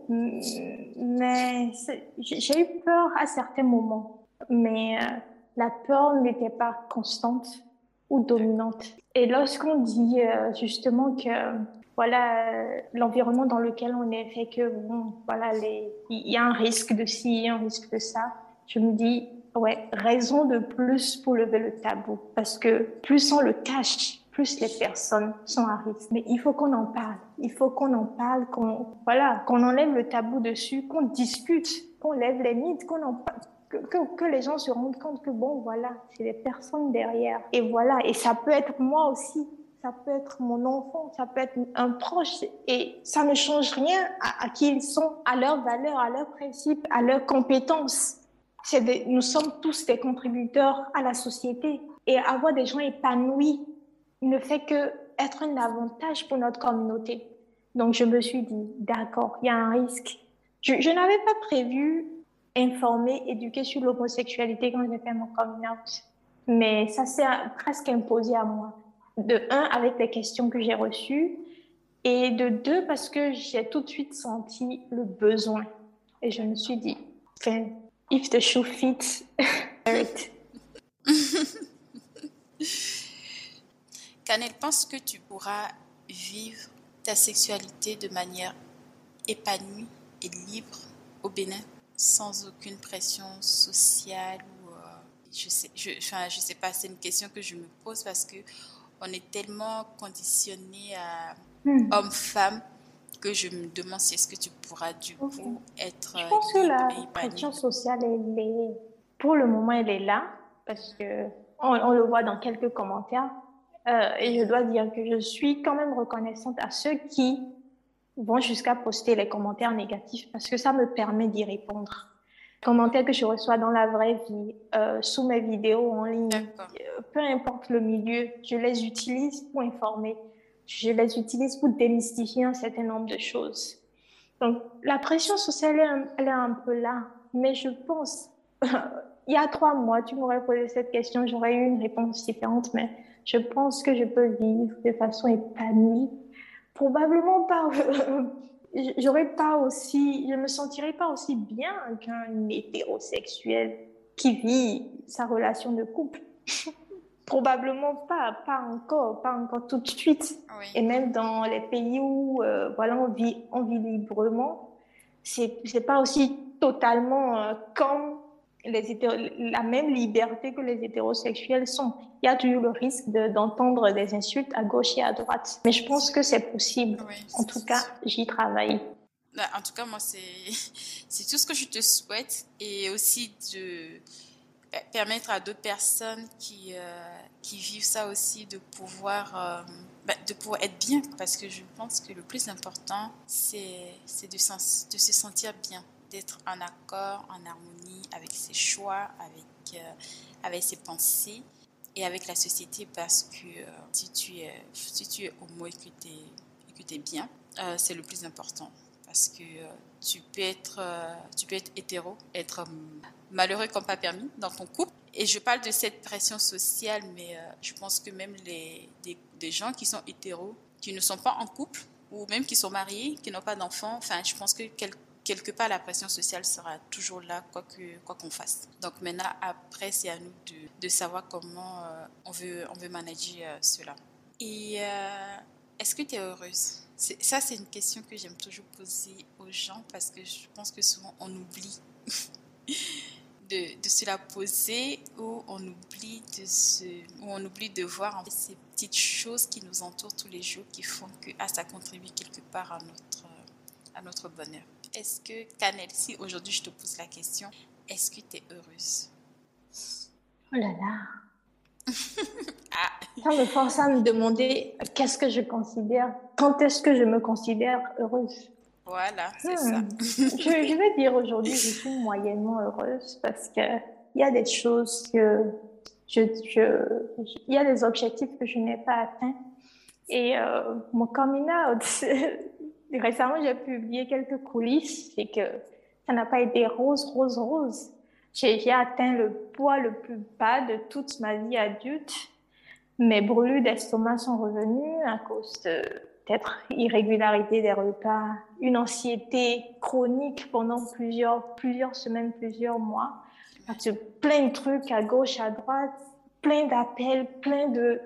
mais c'est, j'ai eu peur à certains moments. Mais euh, la peur n'était pas constante ou dominante. Et lorsqu'on dit euh, justement que voilà euh, l'environnement dans lequel on est fait que bon voilà les il y a un risque de ci, il y a un risque de ça, je me dis ouais, raison de plus pour lever le tabou parce que plus on le cache, plus les personnes sont à risque. Mais il faut qu'on en parle, il faut qu'on en parle, qu'on voilà, qu'on enlève le tabou dessus, qu'on discute, qu'on lève les mythes, qu'on en parle. Que, que, que les gens se rendent compte que bon, voilà, c'est les personnes derrière. Et voilà, et ça peut être moi aussi, ça peut être mon enfant, ça peut être un proche, et ça ne change rien à, à qui ils sont, à leurs valeurs, à leurs principes, à leurs compétences. C'est des, nous sommes tous des contributeurs à la société. Et avoir des gens épanouis ne fait que être un avantage pour notre communauté. Donc je me suis dit, d'accord, il y a un risque. Je, je n'avais pas prévu informer, éduquer sur l'homosexualité quand j'ai fait mon coming out. Mais ça s'est presque imposé à moi. De un, avec les questions que j'ai reçues, et de deux, parce que j'ai tout de suite senti le besoin. Et je me suis dit, enfin, if the shoe fits, wear it. Canel, pense que tu pourras vivre ta sexualité de manière épanouie et libre au Bénin, sans aucune pression sociale ou euh, je sais, je, enfin, je sais pas, c'est une question que je me pose parce que on est tellement conditionné à Hmm. homme-femme que je me demande si est-ce que tu pourras du Okay. coup être Je pense que libre la et épanoui. pression sociale, elle est, pour le moment, elle est là parce que on, on le voit dans quelques commentaires. Euh, et je dois dire que je suis quand même reconnaissante à ceux qui vont jusqu'à poster les commentaires négatifs parce que ça me permet d'y répondre. Commentaires que je reçois dans la vraie vie, euh, sous mes vidéos en ligne, euh, peu importe le milieu, je les utilise pour informer, je les utilise pour démystifier un certain nombre de choses. Donc, la pression sociale, elle, elle est un peu là, mais je pense, il y a trois mois, tu m'aurais posé cette question, j'aurais eu une réponse différente, mais je pense que je peux vivre de façon épanouie. Probablement pas, j'aurais pas aussi, je me sentirais pas aussi bien qu'un hétérosexuel qui vit sa relation de couple. Probablement pas, pas encore, pas encore tout de suite. Oui. Et même dans les pays où, euh, voilà, on vit, on vit librement, c'est, c'est pas aussi totalement euh, comme les hétéro, la même liberté que les hétérosexuels sont. Il y a toujours le risque de, d'entendre des insultes à gauche et à droite. Mais je pense que c'est possible. Oui, en tout cas, j'y travaille. En tout cas, moi, c'est, c'est tout ce que je te souhaite et aussi de permettre à d'autres personnes qui, euh, qui vivent ça aussi de pouvoir, euh, bah, de pouvoir être bien parce que je pense que le plus important, c'est, c'est de, sens, de se sentir bien, d'être en accord, en harmonie avec ses choix, avec, euh, avec ses pensées et avec la société parce que euh, si, tu es, si tu es homo et que tu es bien, euh, c'est le plus important. Parce que euh, tu, peux être, euh, tu peux être hétéro, être euh, malheureux comme pas permis dans ton couple. Et je parle de cette pression sociale, mais euh, je pense que même les, des, des gens qui sont hétéros, qui ne sont pas en couple, ou même qui sont mariés, qui n'ont pas d'enfants, enfin, je pense que quel, quelque part, la pression sociale sera toujours là, quoi, que, quoi qu'on fasse. Donc maintenant, après, c'est à nous de, de savoir comment euh, on veut, on veut manager euh, cela. Et... Euh, est-ce que tu es heureuse? C'est, ça, c'est une question que j'aime toujours poser aux gens parce que je pense que souvent on oublie de, de se la poser ou on oublie de se, ou on oublie de voir en fait, ces petites choses qui nous entourent tous les jours qui font que ah, ça contribue quelque part à notre, à notre bonheur. Est-ce que, Canel, si aujourd'hui je te pose la question, est-ce que tu es heureuse? Oh là là. Ah, Ça me force à me demander qu'est-ce que je considère, quand est-ce que je me considère heureuse. voilà, c'est ça. Hmm. Je, je vais dire aujourd'hui, je suis moyennement heureuse parce que il y a des choses que je, je, il y a des objectifs que je n'ai pas atteints. Et euh, mon coming out, récemment, j'ai publié quelques coulisses et que ça n'a pas été rose, rose, rose. J'ai, j'ai atteint le poids le plus bas de toute ma vie adulte. Mes brûlures d'estomac sont revenues à cause de peut-être irrégularité des repas, une anxiété chronique pendant plusieurs, plusieurs semaines, plusieurs mois. Parce que plein de trucs à gauche, à droite, plein d'appels, plein de...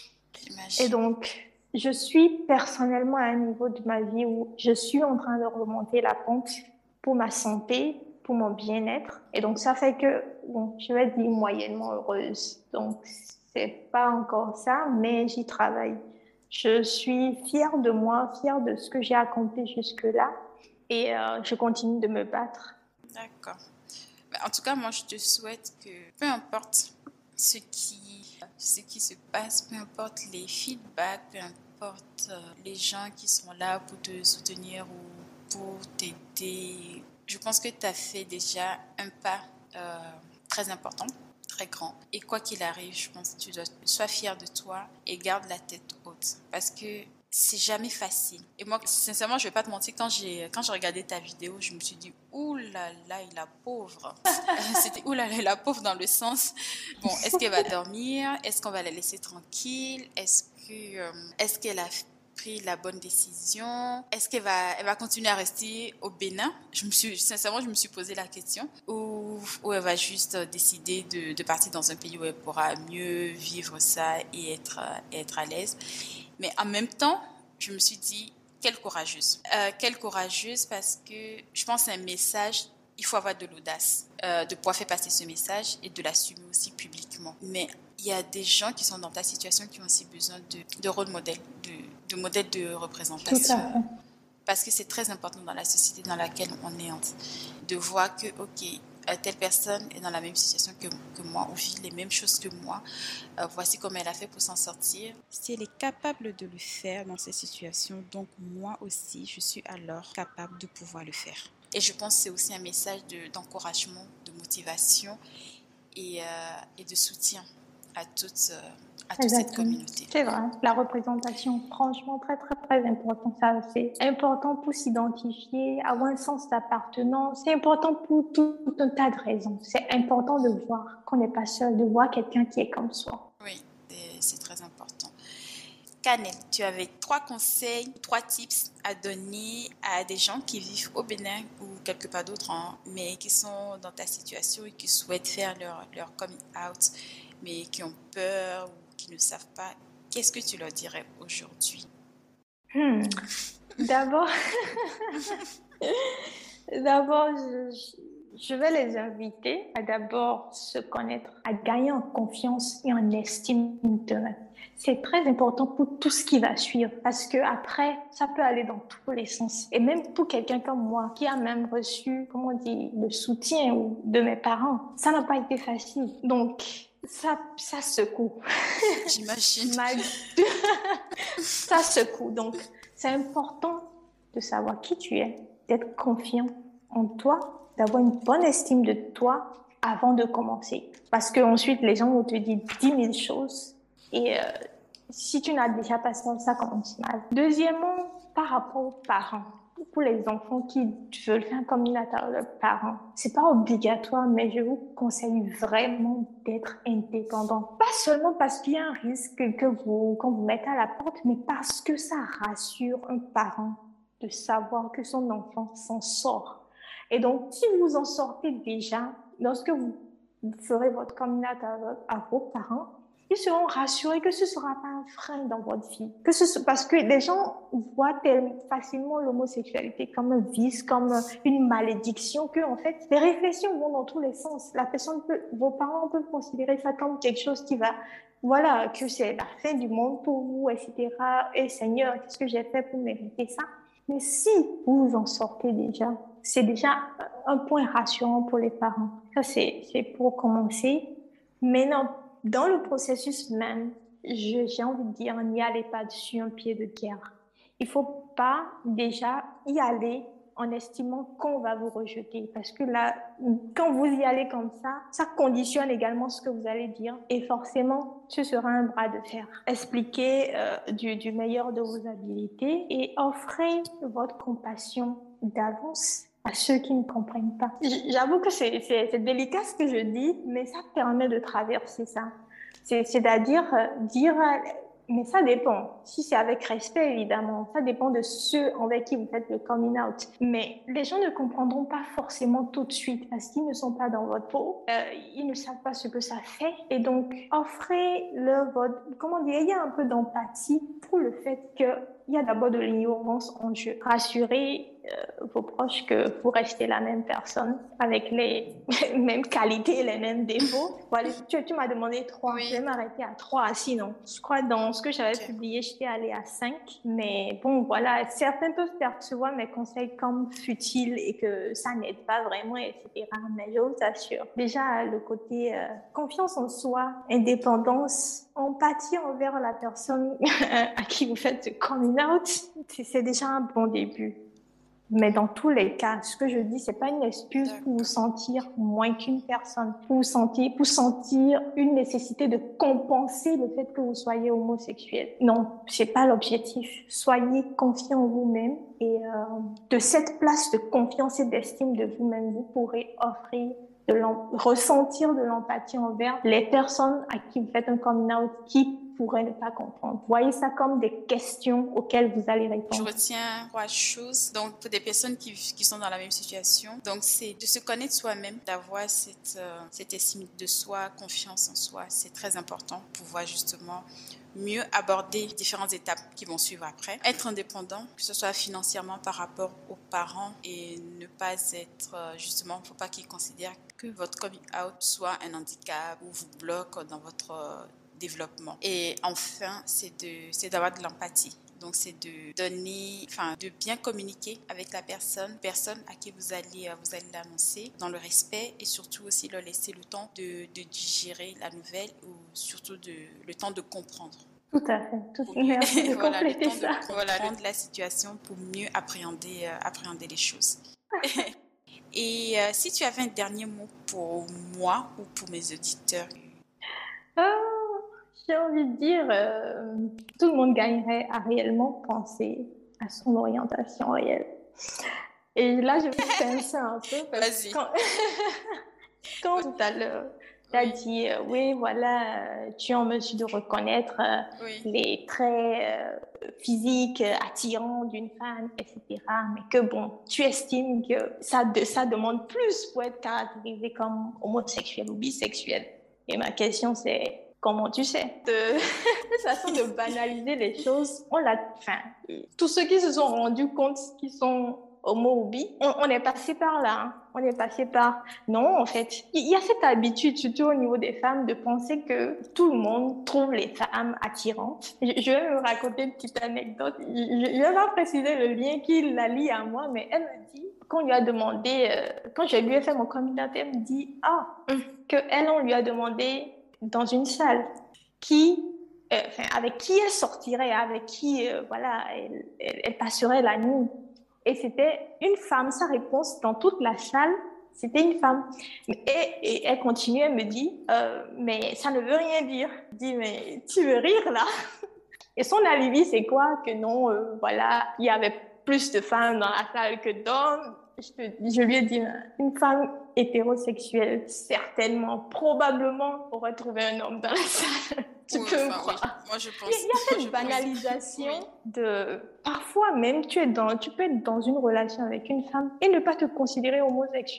Et donc, je suis personnellement à un niveau de ma vie où je suis en train de remonter la pente pour ma santé, pour mon bien-être. Et donc, ça fait que, bon, je vais dire moyennement heureuse. Donc, c'est pas encore ça, mais j'y travaille. Je suis fière de moi, fière de ce que j'ai accompli jusque-là. Et euh, je continue de me battre. D'accord. En tout cas, moi, je te souhaite que, peu importe ce qui, ce qui se passe, peu importe les feedbacks, peu importe euh, les gens qui sont là pour te soutenir ou pour t'aider, je pense que tu as fait déjà un pas euh, très important, très grand. Et quoi qu'il arrive, je pense que tu dois sois fier de toi et garde la tête haute. Parce que c'est jamais facile. Et moi, sincèrement, je vais pas te mentir, quand j'ai quand j'ai regardé ta vidéo, je me suis dit ouh là là, il a pauvre. C'était ouh là là, il a pauvre dans le sens bon, est-ce qu'elle va dormir? Est-ce qu'on va la laisser tranquille? Est-ce que euh, est-ce qu'elle a pris la bonne décision? Est-ce qu'elle va elle va continuer à rester au Bénin? Je me suis sincèrement, je me suis posé la question ou ou elle va juste décider de, de partir dans un pays où elle pourra mieux vivre ça et être et être à l'aise. Mais en même temps, je me suis dit, quelle courageuse. Euh, quelle courageuse parce que je pense que c'est un message, il faut avoir de l'audace euh, de pouvoir faire passer ce message et de l'assumer aussi publiquement. Mais il y a des gens qui sont dans ta situation qui ont aussi besoin de, de rôle modèle, de, de modèle de représentation. Tout à fait. Parce que c'est très important dans la société dans laquelle on est, de voir que, ok, telle personne est dans la même situation que, que moi ou vit les mêmes choses que moi. Euh, voici comment elle a fait pour s'en sortir. Si elle est capable de le faire dans ces situations, donc moi aussi, je suis alors capable de pouvoir le faire. Et je pense que c'est aussi un message de, d'encouragement, de motivation et, euh, et de soutien à toute, euh, à toute cette communauté. C'est vrai. La représentation, franchement, très, très, très important. Ça, c'est important pour s'identifier, avoir un sens d'appartenance. C'est important pour tout, tout un tas de raisons. C'est important de voir qu'on n'est pas seul, de voir quelqu'un qui est comme soi. Oui, c'est, c'est très important. Canel, tu avais trois conseils, trois tips à donner à des gens qui vivent au Bénin ou quelque part d'autre, hein, mais qui sont dans ta situation et qui souhaitent faire leur, leur coming out, mais qui ont peur ou qui ne savent pas. Qu'est-ce que tu leur dirais aujourd'hui? Hmm. D'abord, d'abord, je, je vais les inviter à d'abord se connaître, à gagner en confiance et en estime d'eux-mêmes. C'est très important pour tout ce qui va suivre parce que après, ça peut aller dans tous les sens. Et même pour quelqu'un comme moi qui a même reçu, comment on dit, le soutien de mes parents, ça n'a pas été facile. Donc, ça, ça secoue. J'imagine. Ça secoue. Donc, c'est important de savoir qui tu es, d'être confiant en toi, d'avoir une bonne estime de toi avant de commencer. Parce que ensuite, les gens vont te dire dix mille choses. Et euh, si tu n'as déjà pas ça, ça commence mal. Deuxièmement, par rapport aux parents. Pour les enfants qui veulent faire comme une à leurs parents, c'est pas obligatoire, mais je vous conseille vraiment d'être indépendant. Pas seulement parce qu'il y a un risque que vous, qu'on vous mette à la porte, mais parce que ça rassure un parent de savoir que son enfant s'en sort. Et donc, si vous en sortez déjà, lorsque vous ferez votre coming out à, à vos parents, ils seront rassurés que ce ne sera pas un frein dans votre vie. Que ce, parce que les gens voient tellement facilement l'homosexualité comme un vice, comme une malédiction, que en fait, les réflexions vont dans tous les sens. La personne peut, vos parents peuvent considérer ça comme quelque chose qui va, voilà, que c'est la fin du monde pour vous, et cetera. Et Seigneur, qu'est-ce que j'ai fait pour mériter ça? Mais si vous vous en sortez déjà, c'est déjà un point rassurant pour les parents. Ça, c'est, c'est pour commencer. Maintenant, dans le processus même, je, j'ai envie de dire, n'y allez pas dessus un pied de guerre. Il ne faut pas déjà y aller en estimant qu'on va vous rejeter. Parce que là, quand vous y allez comme ça, ça conditionne également ce que vous allez dire. Et forcément, ce sera un bras de fer. Expliquez euh, du, du meilleur de vos habiletés et offrez votre compassion d'avance à ceux qui ne comprennent pas. J'avoue que c'est, c'est, c'est délicat ce que je dis, mais ça permet de traverser ça. C'est, c'est-à-dire euh, dire... Mais ça dépend. Si c'est avec respect, évidemment, ça dépend de ceux avec qui vous faites le coming out. Mais les gens ne comprendront pas forcément tout de suite parce qu'ils ne sont pas dans votre peau. Euh, ils ne savent pas ce que ça fait. Et donc, offrez-leur votre... Comment dire? Il y a un peu d'empathie pour le fait qu'il y a d'abord de l'ignorance en jeu. Rassurez euh, vos proches que vous restez la même personne avec les mêmes qualités, les mêmes défauts. Voilà, tu, tu m'as demandé trois. Oui. Je vais m'arrêter à trois, sinon. Je crois dans ce que j'avais okay. publié, j'étais allée à cinq. Mais bon, voilà, certains peuvent percevoir mes conseils comme futiles et que ça n'aide pas vraiment, et cetera. Mais je vous assure, déjà, le côté euh, confiance en soi, indépendance, empathie envers la personne à qui vous faites ce coming out, c'est, c'est déjà un bon début. Mais dans tous les cas, ce que je dis, c'est pas une excuse pour vous sentir moins qu'une personne, pour vous sentir, pour sentir une nécessité de compenser le fait que vous soyez homosexuel. Non, c'est pas l'objectif. Soyez confiant en vous-même et euh, de cette place de confiance et d'estime de vous-même, vous pourrez offrir de l'em- ressentir de l'empathie envers les personnes à qui vous faites un coming out qui pourraient ne pas comprendre. Voyez ça comme des questions auxquelles vous allez répondre. Je retiens trois choses. Donc, pour des personnes qui, qui sont dans la même situation, donc c'est de se connaître soi-même, d'avoir cette, euh, cette estime de soi, confiance en soi. C'est très important pour pouvoir justement mieux aborder différentes étapes qui vont suivre après. Être indépendant, que ce soit financièrement par rapport aux parents et ne pas être, justement, il ne faut pas qu'ils considèrent que votre coming out soit un handicap ou vous bloque dans votre développement. Et enfin, c'est, de, c'est d'avoir de l'empathie. Donc, c'est de donner, enfin, de bien communiquer avec la personne, personne à qui vous allez, vous allez l'annoncer dans le respect et surtout aussi leur laisser le temps de, de digérer la nouvelle ou surtout de, le temps de comprendre. Tout à fait. Tout mieux, merci de voilà, compléter le temps ça. de voilà, comprendre la situation pour mieux appréhender, euh, appréhender les choses. Et euh, si tu avais un dernier mot pour moi ou pour mes auditeurs? Oh, j'ai envie de dire, euh, tout le monde gagnerait à réellement penser à son orientation réelle. Et là, je vais penser un peu parce Vas-y. que quand, quand tout à l'heure, tu as oui. dit, euh, oui, voilà, euh, tu es en mesure de reconnaître euh, oui. les traits euh, physiques euh, attirants d'une femme, et cetera. Mais que bon, tu estimes que ça, de, ça demande plus pour être caractérisé comme homosexuel ou bisexuel. Et ma question, c'est comment tu sais? De cette façon de banaliser les choses, on l'a, enfin, tous ceux qui se sont rendus compte qu'ils sont homo ou bi, on, on est passé par là. Hein. On est passé par... Non, en fait, il y a cette habitude, surtout au niveau des femmes, de penser que tout le monde trouve les femmes attirantes. Je, je vais me raconter une petite anecdote. Je ne vais pas préciser le lien qui la lie à moi, mais elle me dit, quand on lui a demandé, euh, quand je lui ai fait mon coming out, elle me dit, ah, qu'elle, on lui a demandé dans une salle qui, euh, enfin, avec qui elle sortirait, avec qui, euh, voilà, elle, elle, elle passerait la nuit. Et c'était une femme, sa réponse dans toute la salle, c'était une femme. Et, et elle continue, elle me dit, euh, mais ça ne veut rien dire. Je dis, mais tu veux rire là? Et son alibi, c'est quoi? Que non, euh, voilà, il y avait plus de femmes dans la salle que d'hommes. Je, je lui ai dit, une femme hétérosexuelle, certainement, probablement, aurait trouvé un homme dans la salle. Tu oui, peux enfin, me croire. Oui. Moi, je pense. Il y a cette banalisation oui. de... Parfois même, tu, es dans, tu peux être dans une relation avec une femme et ne pas te considérer homosexuel.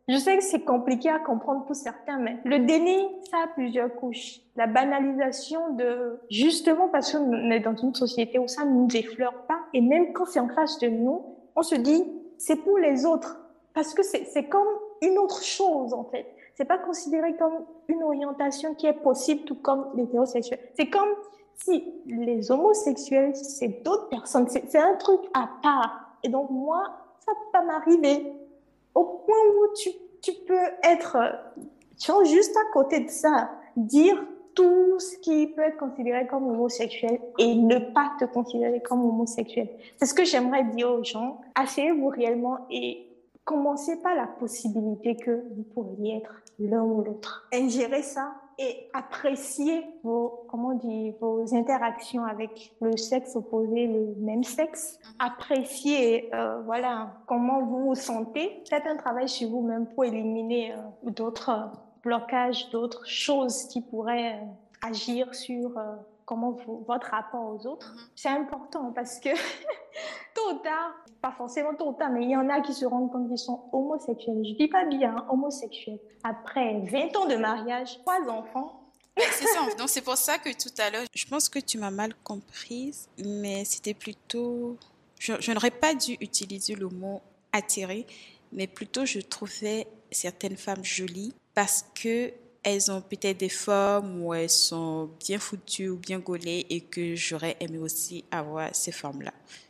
Je sais que c'est compliqué à comprendre pour certains, mais le déni, ça a plusieurs couches. La banalisation de, justement parce qu'on est dans une société où ça ne nous effleure pas, et même quand c'est en face de nous, on se dit, c'est pour les autres. Parce que c'est, c'est comme une autre chose, en fait. C'est pas considéré comme une orientation qui est possible, tout comme l'hétérosexuel. C'est comme si les homosexuels, c'est d'autres personnes. C'est, c'est un truc à part. Et donc, moi, ça peut pas m'arriver. Au point où tu, tu peux être, tu vois, juste à côté de ça, dire tout ce qui peut être considéré comme homosexuel et ne pas te considérer comme homosexuel. C'est ce que j'aimerais dire aux gens. Asseyez-vous réellement et commencez par la possibilité que vous pourriez être l'un ou l'autre. Ingérez ça et appréciez vos, comment on dit, vos interactions avec le sexe opposé, le même sexe. Appréciez, euh, voilà, comment vous vous sentez. Faites un travail sur vous-même pour éliminer euh, d'autres euh, blocages, d'autres choses qui pourraient euh, agir sur euh, comment vous, votre rapport aux autres. C'est important parce que tôt ou tard, pas forcément tôt ou tard, mais il y en a qui se rendent compte qu'ils sont homosexuels. Je dis pas bien, hein, homosexuels. Après vingt ans de mariage, trois enfants. C'est ça, donc c'est pour ça que tout à l'heure, je pense que tu m'as mal comprise, mais c'était plutôt... Je, je n'aurais pas dû utiliser le mot attirer, mais plutôt je trouvais certaines femmes jolies parce que elles ont peut-être des formes où elles sont bien foutues ou bien gaulées et que j'aurais aimé aussi avoir ces formes-là.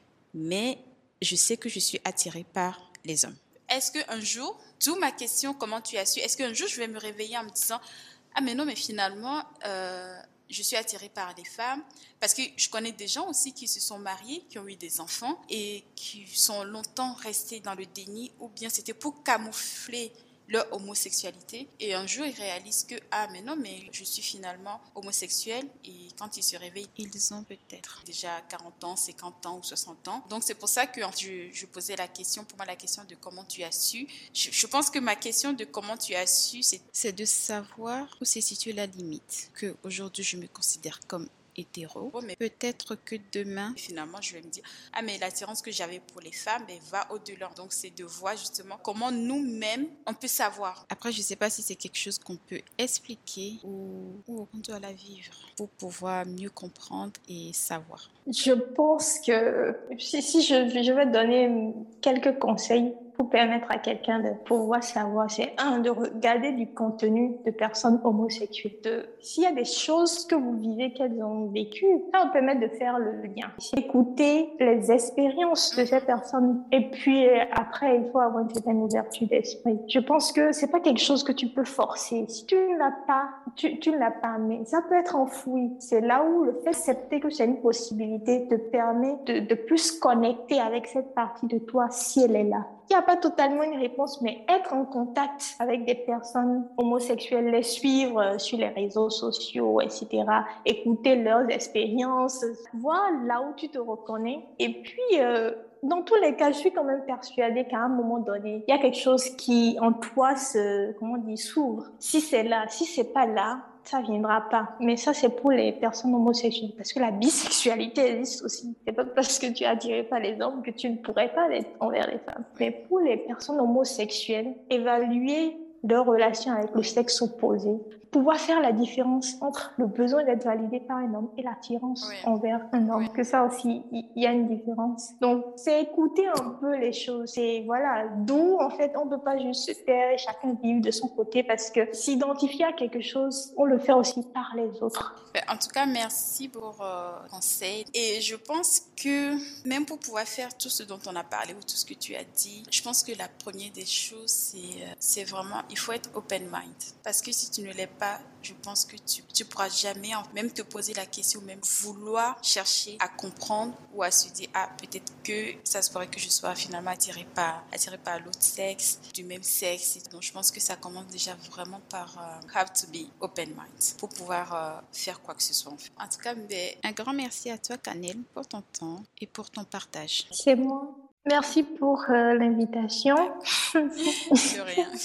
Mais je sais que je suis attirée par les hommes. Est-ce qu'un jour, d'où ma question, comment tu as su, est-ce qu'un jour je vais me réveiller en me disant, ah mais non, mais finalement, euh, je suis attirée par les femmes, parce que je connais des gens aussi qui se sont mariés, qui ont eu des enfants et qui sont longtemps restés dans le déni, ou bien c'était pour camoufler leur homosexualité, et un jour ils réalisent que ah mais non, mais je suis finalement homosexuel, et quand ils se réveillent, ils ont peut-être déjà quarante ans, cinquante ans ou soixante ans. Donc c'est pour ça que je, je posais la question, pour moi la question de comment tu as su, je, je pense que ma question de comment tu as su, c'est, c'est de savoir où se situe la limite, que aujourd'hui je me considère comme hétéro, mais peut-être que demain, finalement, je vais me dire, ah mais l'attirance que j'avais pour les femmes, elle va au-delà. Donc c'est de voir justement comment nous-mêmes, on peut savoir. Après, je ne sais pas si c'est quelque chose qu'on peut expliquer ou, ou on doit la vivre pour pouvoir mieux comprendre et savoir. Je pense que si, si je, je vais te donner quelques conseils pour permettre à quelqu'un de pouvoir savoir, c'est un, de regarder du contenu de personnes homosexuelles. De, s'il y a des choses que vous vivez qu'elles ont vécues, ça va permettre de faire le lien. Écouter les expériences de ces personnes. Et puis après, il faut avoir une certaine ouverture d'esprit. Je pense que c'est pas quelque chose que tu peux forcer. Si tu ne l'as pas, tu, tu ne l'as pas, mais ça peut être enfoui. C'est là où le fait d'accepter que c'est une possibilité te permet de, de plus connecter avec cette partie de toi si elle est là. Il n'y a pas totalement une réponse, mais être en contact avec des personnes homosexuelles, les suivre sur les réseaux sociaux, et cetera, écouter leurs expériences, voir là où tu te reconnais. Et puis, euh, dans tous les cas, je suis quand même persuadée qu'à un moment donné, il y a quelque chose qui, en toi, se, comment on dit, s'ouvre. Si c'est là, si c'est pas là, ça viendra pas. Mais ça, c'est pour les personnes homosexuelles. Parce que la bisexualité existe aussi. C'est pas parce que tu es attiré par les hommes que tu ne pourrais pas l'être envers les femmes. Mais pour les personnes homosexuelles, évaluer leur relation avec le sexe opposé, pouvoir faire la différence entre le besoin d'être validé par un homme et l'attirance oui. envers un homme. Oui. Que ça aussi, il y a une différence. Donc, c'est écouter un peu les choses. Et voilà, d'où, en fait, on ne peut pas juste se taire et chacun vivre de son côté parce que s'identifier à quelque chose, on le fait aussi par les autres. En tout cas, merci pour euh, ton conseil. Et je pense que même pour pouvoir faire tout ce dont on a parlé ou tout ce que tu as dit, je pense que la première des choses, c'est, c'est vraiment, il faut être open mind. Parce que si tu ne l'es pas, je pense que tu ne pourras jamais même te poser la question, même vouloir chercher à comprendre ou à se dire, ah, peut-être que ça se pourrait que je sois finalement attirée par, attirée par l'autre sexe, du même sexe. Donc, je pense que ça commence déjà vraiment par uh, have to be open mind pour pouvoir uh, faire quoi que ce soit. En tout cas, mais un grand merci à toi, Canel, pour ton temps et pour ton partage. C'est moi. Merci pour euh, l'invitation. De rien.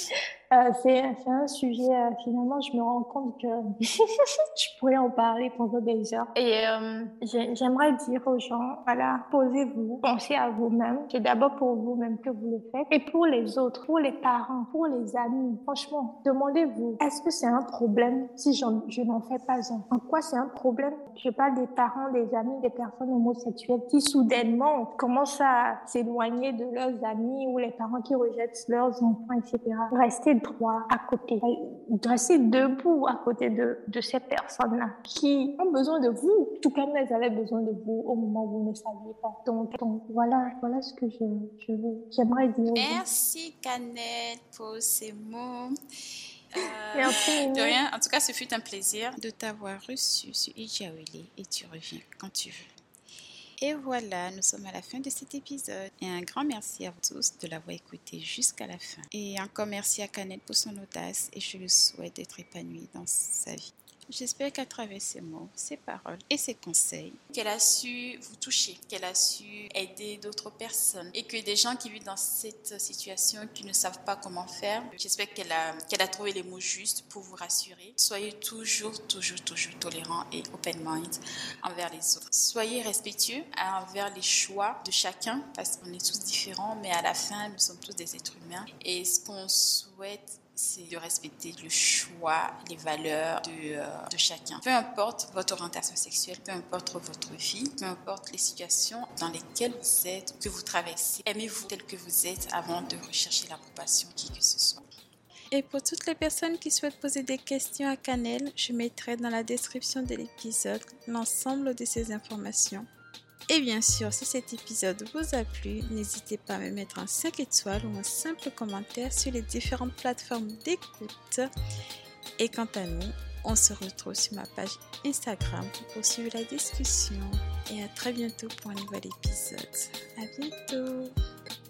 Euh, c'est, c'est un sujet, euh, finalement, je me rends compte que je pourrais en parler pendant des heures. Et euh, j'ai- j'aimerais dire aux gens, voilà, posez-vous, pensez à vous-même. C'est d'abord pour vous-même que vous le faites. Et pour les autres, pour les parents, pour les amis, franchement, demandez-vous, est-ce que c'est un problème si j'en- je n'en fais pas un? En quoi c'est un problème? Je parle des parents, des amis, des personnes homosexuelles qui soudainement commencent à s'éloigner de leurs amis ou les parents qui rejettent leurs enfants, et cetera. Restez droit à côté. Restez debout à côté de, de ces personnes-là qui ont besoin de vous, tout comme elles avaient besoin de vous au moment où vous ne saviez pas. Donc, donc voilà, voilà ce que je, je veux- j'aimerais dire aux gens. Merci Canette pour ces mots. Euh, Merci, de Mimi. rien, en tout cas, ce fut un plaisir de t'avoir reçu sur Ijaouli et tu reviens quand tu veux. Et voilà, nous sommes à la fin de cet épisode. Et un grand merci à vous tous de l'avoir écouté jusqu'à la fin. Et encore merci à Canette pour son audace et je lui souhaite d'être épanouie dans sa vie. J'espère qu'à travers ses mots, ses paroles et ses conseils, qu'elle a su vous toucher, qu'elle a su aider d'autres personnes et que des gens qui vivent dans cette situation, qui ne savent pas comment faire, j'espère qu'elle a, qu'elle a trouvé les mots justes pour vous rassurer. Soyez toujours, toujours, toujours tolérants et open mind envers les autres. Soyez respectueux envers les choix de chacun parce qu'on est tous différents, mais à la fin, nous sommes tous des êtres humains et ce qu'on souhaite, c'est de respecter le choix, les valeurs de, euh, de chacun. Peu importe votre orientation sexuelle, peu importe votre vie, peu importe les situations dans lesquelles vous êtes, que vous traversez, aimez-vous tel que vous êtes avant de rechercher l'approbation qui que ce soit. Et pour toutes les personnes qui souhaitent poser des questions à Canel, je mettrai dans la description de l'épisode l'ensemble de ces informations. Et bien sûr, si cet épisode vous a plu, n'hésitez pas à me mettre un cinq étoiles ou un simple commentaire sur les différentes plateformes d'écoute. Et quant à nous, on se retrouve sur ma page Instagram pour poursuivre la discussion. Et à très bientôt pour un nouvel épisode. À bientôt!